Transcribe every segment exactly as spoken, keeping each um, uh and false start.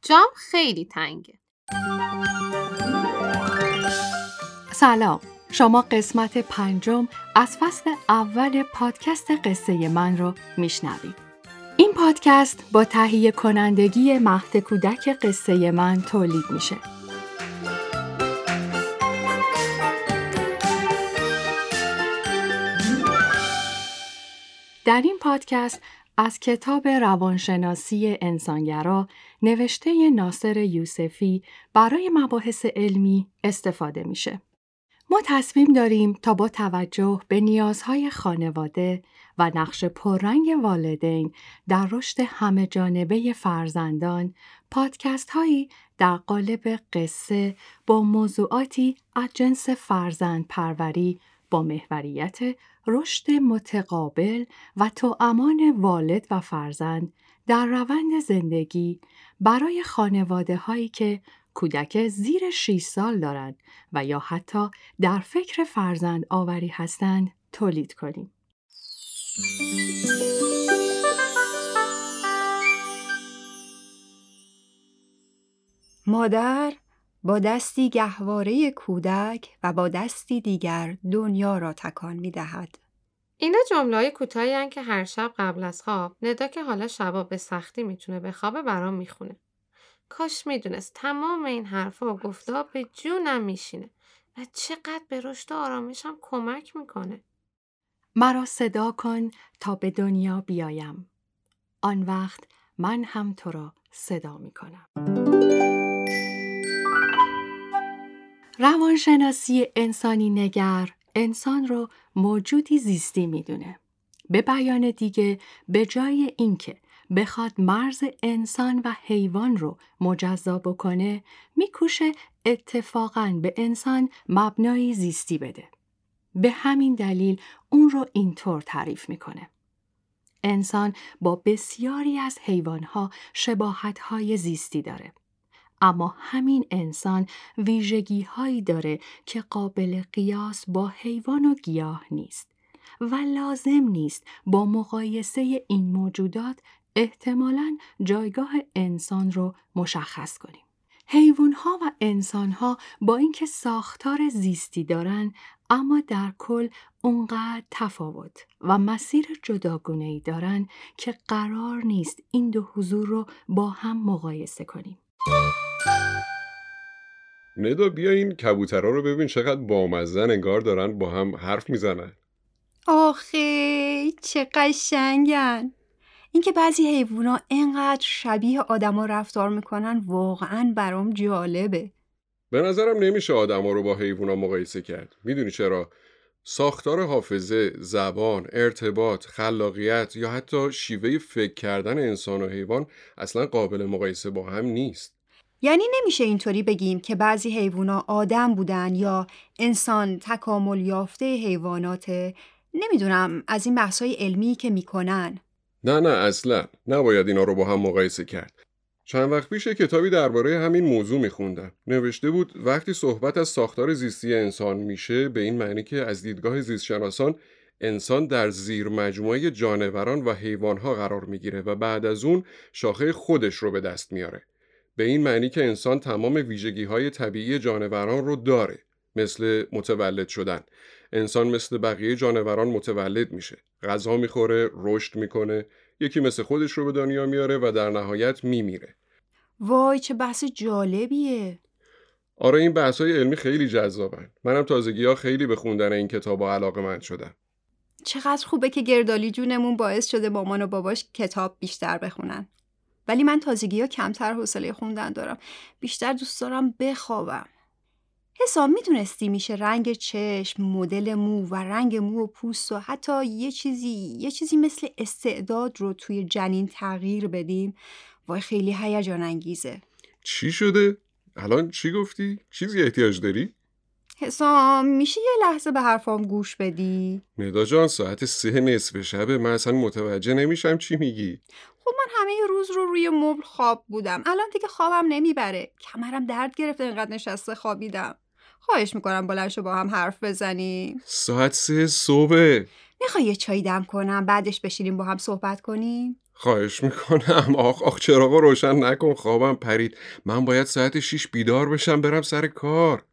جام خیلی تنگه. سلام، شما قسمت پنجم از فصل اول پادکست قصه من رو میشنوید. این پادکست با تهیه کنندگی مهد کودک قصه من تولید میشه. در این پادکست از کتاب روانشناسی انسانگرا نوشته ناصر یوسفی برای مباحث علمی استفاده میشه. ما تصمیم داریم تا با توجه به نیازهای خانواده و نقش پررنگ والدین در رشد همه جانبه فرزندان، پادکست هایی در قالب قصه با موضوعاتی از جنس فرزند پروری با محوریت رشد متقابل و توامان والد و فرزند در روند زندگی برای خانواده هایی که کودک زیر شش سال دارند و یا حتی در فکر فرزند آوری هستند تولید کنیم. مادر با دستی گهواره کودک و با دستی دیگر دنیا را تکان می دهد. اینا جمله‌های کوتاهی هستن که هر شب قبل از خواب ندا که حالا شبا به سختی میتونه بخوابه برام میخونه. کاش میدونست تمام این حرفا و گفته‌ها به جونم میشینه و چقدر به رشد و آرامشم کمک میکنه. مرا صدا کن تا به دنیا بیایم. آن وقت من هم تو را صدا میکنم. روانشناسی انسانی نگر انسان رو موجودی زیستی میدونه. به بیان دیگه به جای اینکه بخواد مرز انسان و حیوان رو مجزا بکنه، میکوشه اتفاقاً به انسان مبنای زیستی بده. به همین دلیل اون رو اینطور تعریف میکنه. انسان با بسیاری از حیوانها شباهت‌های زیستی داره. اما همین انسان ویژگی‌هایی داره که قابل قیاس با حیوان و گیاه نیست و لازم نیست با مقایسه این موجودات احتمالاً جایگاه انسان رو مشخص کنیم. حیوان‌ها و انسان‌ها با اینکه ساختار زیستی دارن، اما در کل اونقدر تفاوت و مسیر جداگونه‌ای دارن که قرار نیست این دو حضور رو با هم مقایسه کنیم. ندا بیا این کبوترها رو ببین چقدر بامزن، انگار دارن با هم حرف میزنن. آخه چه قشنگن. اینکه بعضی حیوونا اینقدر شبیه آدما رفتار میکنن واقعا برام جالبه. به نظرم نمیشه آدما رو با حیوونا مقایسه کرد. میدونی چرا؟ ساختار حافظه، زبان، ارتباط، خلاقیت یا حتی شیوه فکر کردن انسان و حیوان اصلا قابل مقایسه با هم نیست. یعنی نمیشه اینطوری بگیم که بعضی حیوونا آدم بودن یا انسان تکامل یافته حیواناته. نمیدونم از این بحثای علمی که میکنن. نه نه اصلا نباید اینا رو با هم مقایسه کرد. چند وقت پیش کتابی درباره همین موضوع میخوندم. نوشته بود وقتی صحبت از ساختار زیستی انسان میشه، به این معنی که از دیدگاه زیستشناسان انسان در زیر مجموعه جانوران و حیوانها قرار میگیره و بعد از اون شاخه خودش رو به دست میاره. به این معنی که انسان تمام ویژگی‌های طبیعی جانوران رو داره، مثل متولد شدن. انسان مثل بقیه جانوران متولد میشه، غذا میخوره، رشد میکنه، یکی مثل خودش رو به دنیا میاره و در نهایت میمیره. وای چه بحث جالبیه. آره این بحث‌های علمی خیلی جذابن. منم تازگی‌ها خیلی به خوندن این کتابا علاقه‌مند شدم. چقدر خوبه که گردالی جونمون باعث شده مامان و باباش کتاب بیشتر بخونن. ولی من تازگی‌ها کمتر حوصله خوندن دارم. بیشتر دوست دارم بخوابم. حساب میدونستی میشه رنگ چشم، مدل مو و رنگ مو و پوست و حتی یه چیزی یه چیزی مثل استعداد رو توی جنین تغییر بدیم؟ وای خیلی هیجان انگیزه. چی شده؟ الان چی گفتی؟ چیزی احتیاج داری؟ حسام میشه یه لحظه به حرفام گوش بدی؟ ندا جان ساعت سه نصف شبه، من اصلا متوجه نمیشم چی میگی. خب من همه روز رو روی مبل خواب بودم. الان دیگه خوابم نمیبره. کمرم درد گرفته اینقدر نشسته خوابیدم. خواهش میکنم بلند شو با هم حرف بزنیم. ساعت سه صبح. میخوای یه چای دم کنم بعدش بشینیم با هم صحبت کنیم؟ خواهش میکنم. آخ آخ چراغا روشن نکن، خوابم پرید. من باید ساعت شیش بیدار بشم برم سر کار.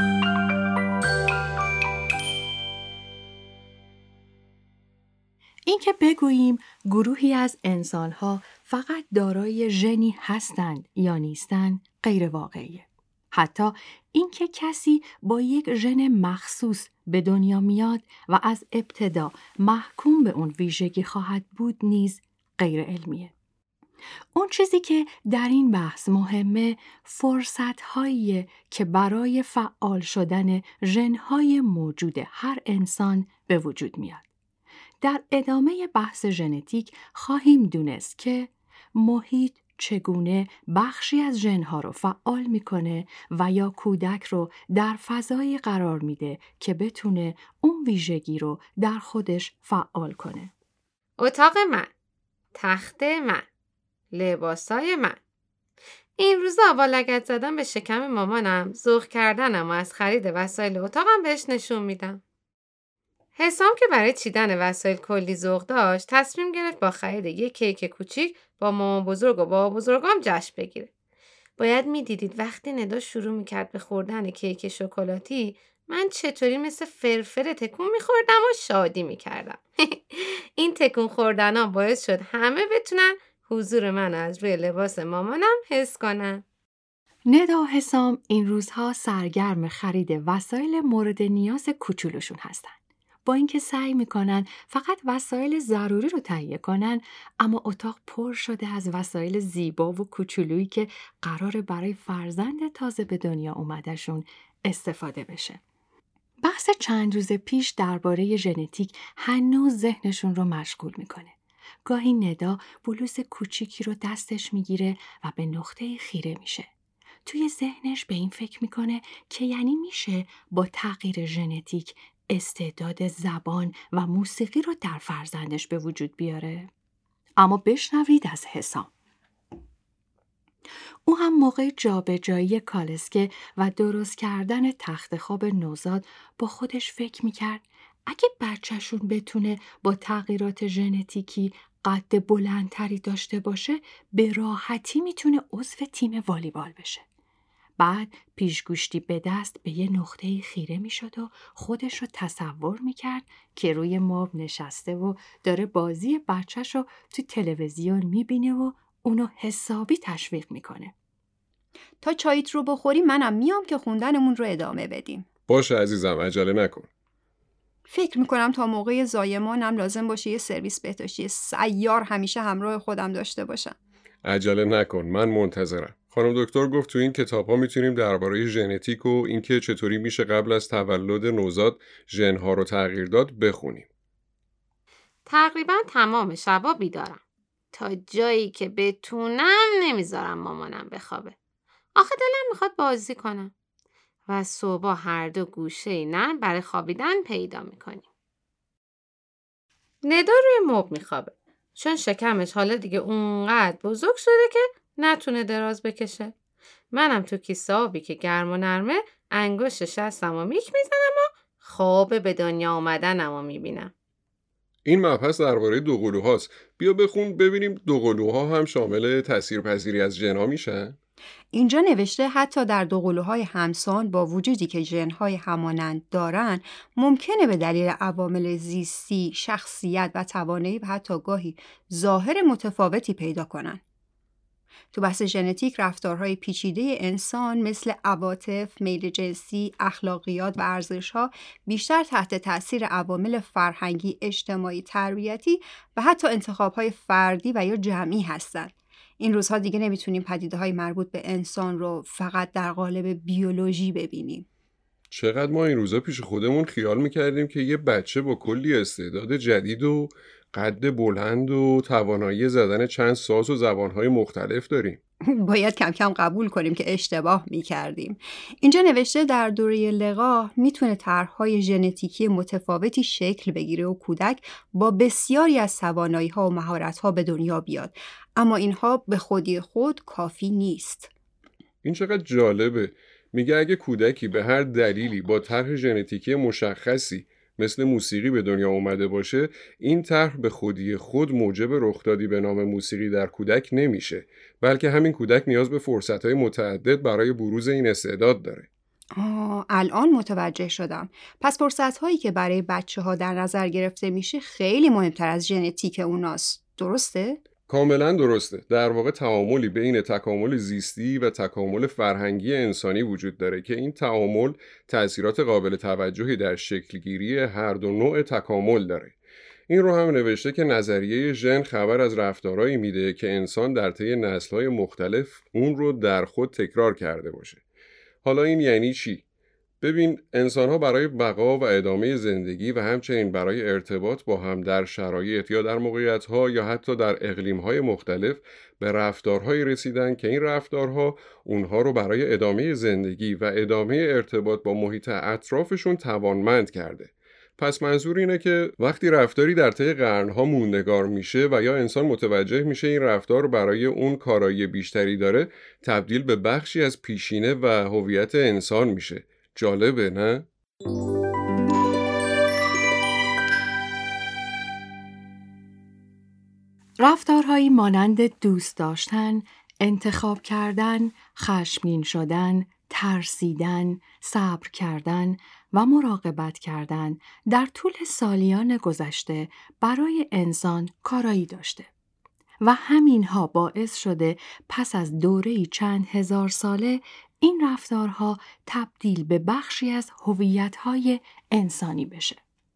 اینکه بگوییم گروهی از انسان‌ها فقط دارای ژنی هستند یا نیستند غیر واقعیه. حتی اینکه کسی با یک ژن مخصوص به دنیا میاد و از ابتدا محکوم به اون ویژگی خواهد بود نیز غیر علمیه. اون چیزی که در این بحث مهمه فرصت‌هاییه که برای فعال شدن ژن‌های موجود هر انسان به وجود میاد. در ادامه بحث ژنتیک خواهیم دونست که محیط چگونه بخشی از ژن‌ها رو فعال میکنه و یا کودک رو در فضایی قرار میده که بتونه اون ویژگی رو در خودش فعال کنه. اتاق من، تخت من، لباسای من. این روزا با لگد زدن به شکم مامانم، ذوق کردنم و از خرید وسایل اتاقم بهش نشون میدم. حسام که برای چیدن وسایل کلی ذوق داشت، تصمیم گرفت با خرید یک کیک کوچیک با مامان بزرگ و بابا بزرگام جشن بگیره. باید میدیدید وقتی ندا شروع میکرد به خوردن کیک شکلاتی، من چطوری مثل فرفر تکون میخوردم و شادی میکردم. این تکون خوردنا باعث شد همه بتونن حضور من از روی لباس مامانم حس کنن. ندا و حسام این روزها سرگرم خرید وسایل مورد نیاز کوچولوشون هستن. با اینکه سعی میکنن فقط وسایل ضروری رو تهیه کنن، اما اتاق پر شده از وسایل زیبا و کوچولویی که قراره برای فرزند تازه به دنیا اومدشون استفاده بشه. بحث چند روز پیش درباره ژنتیک هنوز ذهنشون رو مشغول میکنه. گاهی ندا بلوز کوچیکی رو دستش میگیره و به نقطه خیره میشه. توی ذهنش به این فکر میکنه که یعنی میشه با تغییر ژنتیک استعداد زبان و موسیقی رو در فرزندش به وجود بیاره. اما بشنوید از حسام. او هم موقع جابجایی کالسکه و درست کردن تخت خواب نوزاد با خودش فکر میکرد اگه بچه‌شون بتونه با تغییرات ژنتیکی قد بلندتری داشته باشه، به راحتی میتونه عضو تیم والیبال بشه. بعد پیشگوشتی به دست به یه نقطه خیره می شد و خودش رو تصور می کرد که روی مبل نشسته و داره بازی بچه‌ش رو تو تلویزیون می بینه و اونو حسابی تشویق می کنه. تا چاییت رو بخوری منم میام که خوندنمون رو ادامه بدیم. باشه عزیزم، عجله نکن. فکر میکنم تا موقع زایمانم لازم باشه یه سرویس بهداشتی سیار همیشه همراه خودم داشته باشم. عجله نکن، من منتظرم. خانم دکتر گفت تو این کتاب‌ها میتونیم درباره ژنتیک و اینکه چطوری میشه قبل از تولد نوزاد ژن‌ها رو تغییر داد بخونیم. تقریبا تمام شبا بیدارم. تا جایی که بتونم نمیذارم مامانم بخوابه. آخه دلم میخواد بازی کنم. و صبح هر دو گوشه نرم برای خوابیدن پیدا میکنیم. ندا روی مبل میخوابه. چون شکمش حالا دیگه اونقدر بزرگ شده که نتونه دراز بکشه. منم تو کیسه آبی که گرم و نرمه انگشت شستم و میک میزنم و خواب به دنیا آمدنم و میبینم. این مبحث درباره دوقلوهاست. بیا بخون ببینیم دوقلوها هم شامل تاثیرپذیری از ژن‌ها میشن؟ اینجا نوشته حتی در دوقلوهای همسان با وجودی که ژن‌های همانند دارن، ممکنه به دلیل عوامل زیستی، شخصیت و توانایی و حتی گاهی ظاهر متفاوتی پیدا کنن. تو بحث ژنتیک رفتارهای پیچیده انسان مثل عواطف، میل جنسی، اخلاقیات و ارزش‌ها بیشتر تحت تأثیر عوامل فرهنگی، اجتماعی، تربیتی و حتی انتخاب‌های فردی و یا جمعی هستند. این روزها دیگه نمیتونیم پدیده‌های مربوط به انسان رو فقط در قالب بیولوژی ببینیم. چقدر ما این روزا پیش خودمون خیال میکردیم که یه بچه با کلی استعداد جدید و قد بلند و توانایی زدن چند ساز و زبانهای مختلف داریم. باید کم کم قبول کنیم که اشتباه میکردیم. اینجا نوشته در دوره لقاح میتونه طرح‌های ژنتیکی متفاوتی شکل بگیره و کودک با بسیاری از توانایی‌ها و مهارت‌ها به دنیا بیاد، اما اینها به خودی خود کافی نیست. این چقدر جالبه. میگه اگه کودکی به هر دلیلی با طرح ژنتیکی مشخصی مثل موسیقی به دنیا اومده باشه، این طرح به خودی خود موجب رخدادی به نام موسیقی در کودک نمیشه، بلکه همین کودک نیاز به فرصت‌های متعدد برای بروز این استعداد داره. آه، الان متوجه شدم. پس فرصت‌هایی که برای بچه‌ها در نظر گرفته میشه خیلی مهمتر از ژنتیک اوناست. درسته؟ کاملا درسته. در واقع تعاملی بین تکامل زیستی و تکامل فرهنگی انسانی وجود داره که این تعامل تأثیرات قابل توجهی در شکلگیری هر دو نوع تکامل داره. این رو هم نوشته که نظریه ژن خبر از رفتارهایی میده که انسان در طی نسل‌های مختلف اون رو در خود تکرار کرده باشه. حالا این یعنی چی؟ ببین، انسان‌ها برای بقا و ادامه زندگی و همچنین برای ارتباط با هم در شرایط یا در موقعیت‌ها یا حتی در اقلیم‌های مختلف به رفتارهایی رسیدن که این رفتارها اونها رو برای ادامه زندگی و ادامه ارتباط با محیط اطرافشون توانمند کرده. پس منظور اینه که وقتی رفتاری در طی قرن‌ها موندگار میشه و یا انسان متوجه میشه این رفتار برای اون کارایی بیشتری داره، تبدیل به بخشی از پیشینه و هویت انسان میشه. جالبه نه؟ رفتارهایی مانند دوست داشتن، انتخاب کردن، خشمگین شدن، ترسیدن، صبر کردن و مراقبت کردن در طول سالیان گذشته برای انسان کارایی داشته و همینها باعث شده پس از دوره‌ای چند هزار ساله این رفتارها تبدیل به بخشی از هویت‌های انسانی بشه.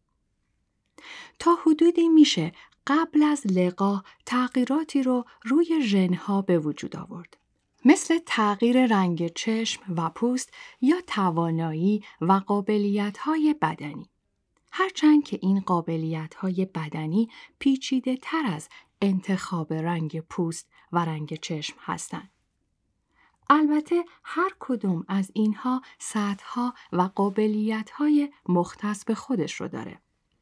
تا حدودی میشه قبل از لقاح تغییراتی رو روی ژن‌ها به وجود آورد. مثل تغییر رنگ چشم و پوست یا توانایی و قابلیت‌های بدنی. هرچند که این قابلیت‌های بدنی پیچیده تر از انتخاب رنگ پوست و رنگ چشم هستند. البته هر کدوم از اینها سطح‌ها و قابلیت‌های مختص به خودش رو داره.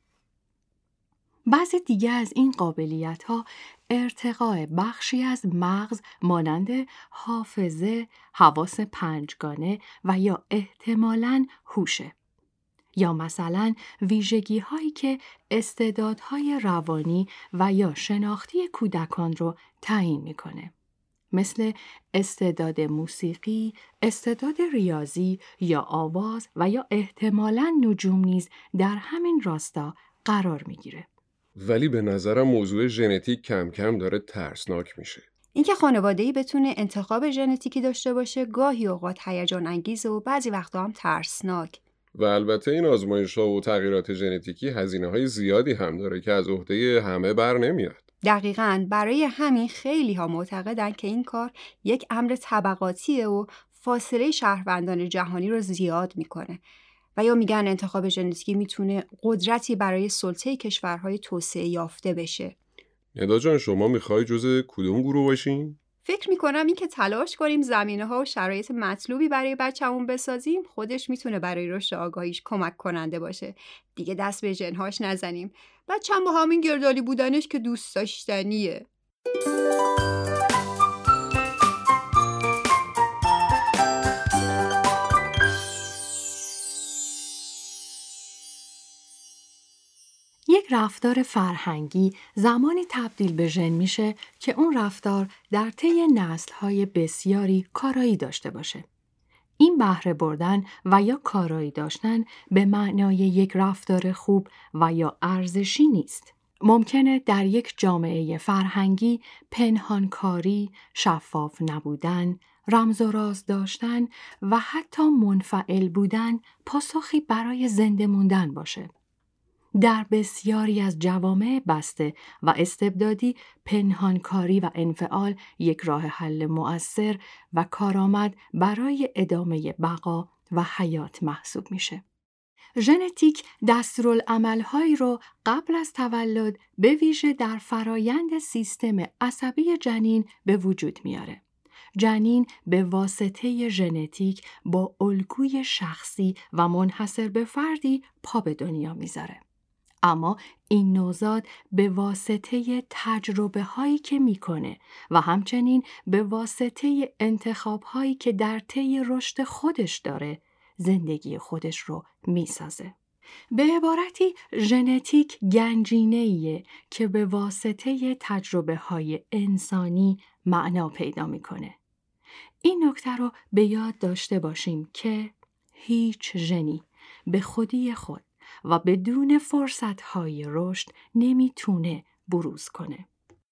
بعضی دیگه از این قابلیت‌ها ارتقاء بخشی از مغز مانند حافظه، حواس پنجگانه و یا احتمالاً هوشه. یا مثلا ویژگی هایی که استعدادهای روانی و یا شناختی کودکان رو تعیین میکنه. مثل استعداد موسیقی، استعداد ریاضی یا آواز و یا احتمالاً نجوم نیز در همین راستا قرار میگیره. ولی به نظرم موضوع ژنتیک کم کم داره ترسناک میشه. اینکه خانواده‌ای بتونه انتخاب ژنتیکی داشته باشه گاهی اوقات هیجان انگیزه و بعضی وقتا هم ترسناک. و البته این آزمایش‌ها و تغییرات ژنتیکی هزینه‌های زیادی هم داره که از عهده همه بر نمیاد. دقیقاً، برای همین خیلی ها معتقدن که این کار یک امر طبقاتیه و فاصله شهروندان جهانی رو زیاد میکنه و یا میگن انتخاب ژنتیکی میتونه قدرتی برای سلطه کشورهای توسعه یافته بشه. ندا جان، شما میخوای جز کدوم گروه باشین؟ فکر میکنم این که تلاش کنیم زمینه ها و شرایط مطلوبی برای بچه‌مون بسازیم خودش میتونه برای رشد آگاهیش کمک کننده باشه. دیگه دست به ژن‌هاش نزنیم. بچه‌م با همین گردالی بودنش که دوست داشتنیه. یک رفتار فرهنگی زمانی تبدیل به ژن میشه که اون رفتار در طی نسل‌های بسیاری کارایی داشته باشه. این بهره بردن و یا کارایی داشتن به معنای یک رفتار خوب و یا ارزشی نیست. ممکنه در یک جامعه فرهنگی پنهانکاری، شفاف نبودن، رمز و راز داشتن و حتی منفعل بودن پاسخی برای زنده موندن باشه. در بسیاری از جوامع بسته و استبدادی پنهانکاری و انفعال یک راه حل مؤثر و کارآمد برای ادامه بقا و حیات محسوب میشه. ژنتیک دستورالعمل‌هایی رو قبل از تولد به ویژه در فرایند سیستم عصبی جنین به وجود میاره. جنین به واسطه ژنتیک با الگوی شخصی و منحصر به فردی پا به دنیا میذاره. اما این نوزاد به واسطه تجربه هایی که میکنه و همچنین به واسطه انتخاب هایی که در طی رشد خودش داره زندگی خودش رو میسازه. به عبارتی ژنتیک گنجینه‌ایه که به واسطه تجربه‌های انسانی معنا پیدا می‌کنه. این نکته رو به یاد داشته باشیم که هیچ ژنی به خودی خود و بدون فرصت‌های رشد نمیتونه بروز کنه.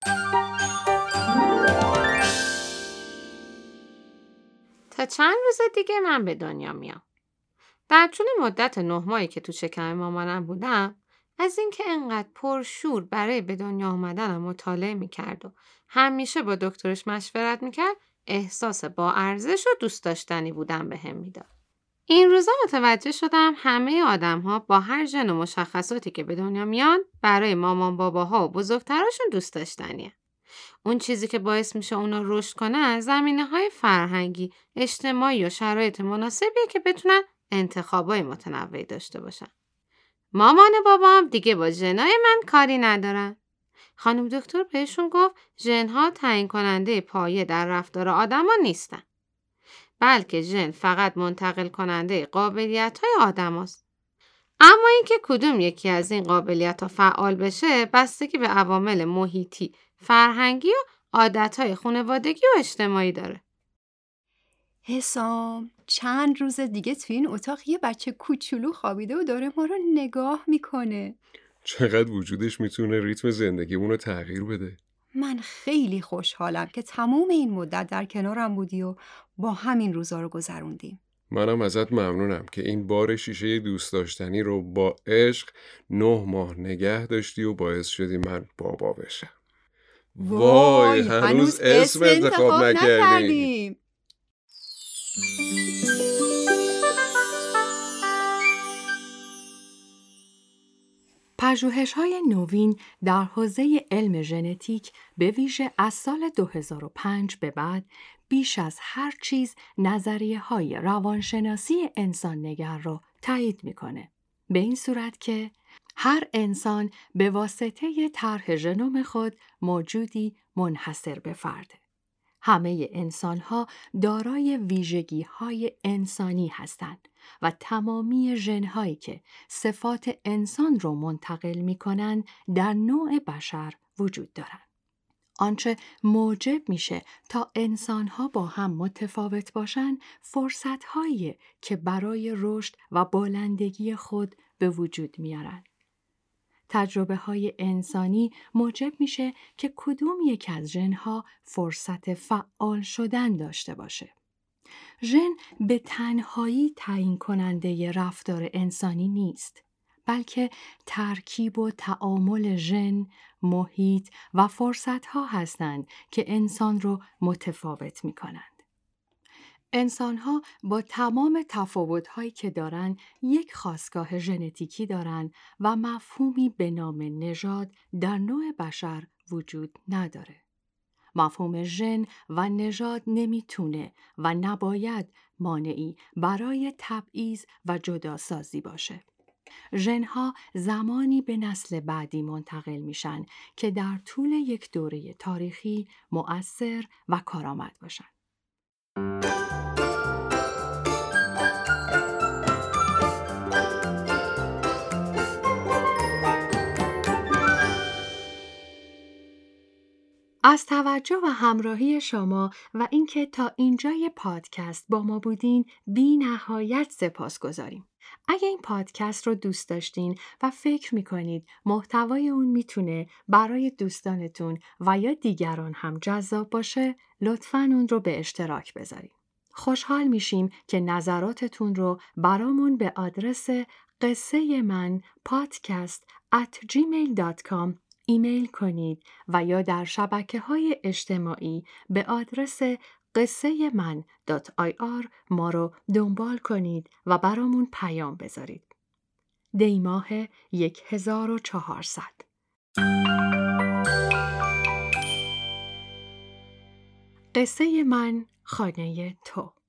تا چند روز دیگه من به دنیا میام. در طول مدت نه ماهی که تو شکم مامانم بودم، از اینکه انقدر پرشور برای به دنیا آمدنم مطالعه میکرد و همیشه با دکترش مشورت میکرد، احساس با ارزش و دوست داشتنی بودن بهم میداد. این روزا متوجه شدم همه آدم‌ها با هر ژن و مشخصاتی که به دنیا میان برای مامان باباها و بزرگتراشون دوست داشتنیه. اون چیزی که باعث میشه اونا رشد کنن زمینه‌های فرهنگی، اجتماعی و شرایط مناسبیه که بتونن انتخابای متنوعی داشته باشن. مامان و بابام دیگه با ژنای من کاری ندارن. خانم دکتر بهشون گفت ژن‌ها تعیین کننده پایه در رفتار آدما نیستن. بلکه ژن فقط منتقل کننده قابلیت‌های آدماست. اما اینکه کدوم یکی از این قابلیت‌ها فعال بشه بستگی به عوامل محیطی، فرهنگی و عادت‌های خانوادگی و اجتماعی داره. حسام چند روز دیگه توی این اتاق یه بچه کوچولو خوابیده و داره ما رو نگاه میکنه. چقدر وجودش میتونه ریتم زندگیمون رو تغییر بده. من خیلی خوشحالم که تمام این مدت در کنارم بودی و با همین روزا رو گذروندیم. منم ازت ممنونم که این بار شیشه دوست داشتنی رو با عشق نه ماه نگه داشتی و باعث شدی من بابا بشم. وای هنوز اسم انتخاب نکردیم. پژوهش‌های نوین در حوزه علم ژنتیک به ویژه از سال دو هزار و پنج به بعد بیش از هر چیز نظریه‌های روانشناسی انسان نگر را تایید می‌کنه. به این صورت که هر انسان به واسطه طرح ژنوم خود موجودی منحصر به فرده. همه انسان‌ها دارای ویژگی‌های انسانی هستند و تمامی ژن‌هایی که صفات انسان رو منتقل می‌کنند در نوع بشر وجود دارند. آنچه موجب میشه تا انسان‌ها با هم متفاوت باشند، فرصت‌هایی که برای رشد و بالندگی خود به وجود میارن. تجربه های انسانی موجب میشه که کدوم یک از ژن‌ها فرصت فعال شدن داشته باشه. ژن به تنهایی تعیین کننده رفتار انسانی نیست، بلکه ترکیب و تعامل ژن، محیط و فرصت‌ها هستند که انسان رو متفاوت می‌کنند. انسان‌ها با تمام تفاوت‌هایی که دارند یک خاستگاه ژنتیکی دارند و مفهومی به نام نژاد در نوع بشر وجود نداره. مفهوم ژن و نژاد نمیتونه و نباید مانعی برای تبعیض و جداسازی باشه. ژن‌ها زمانی به نسل بعدی منتقل میشن که در طول یک دوره تاریخی مؤثر و کارآمد باشن. از توجه و همراهی شما و اینکه تا اینجای پادکست با ما بودین بی نهایت سپاسگزاریم. اگه این پادکست رو دوست داشتین و فکر میکنید محتوای اون میتونه برای دوستانتون و یا دیگران هم جذاب باشه، لطفاً اون رو به اشتراک بذارید. خوشحال میشیم که نظراتتون رو برامون به آدرس قصه من پادکست ات جیمیل دات کام ایمیل کنید و یا در شبکه‌های اجتماعی به آدرس قصه من دات آی آر ما رو دنبال کنید و برامون پیام بذارید. دیماه هزار و چهارصد قصه من، خانه تو.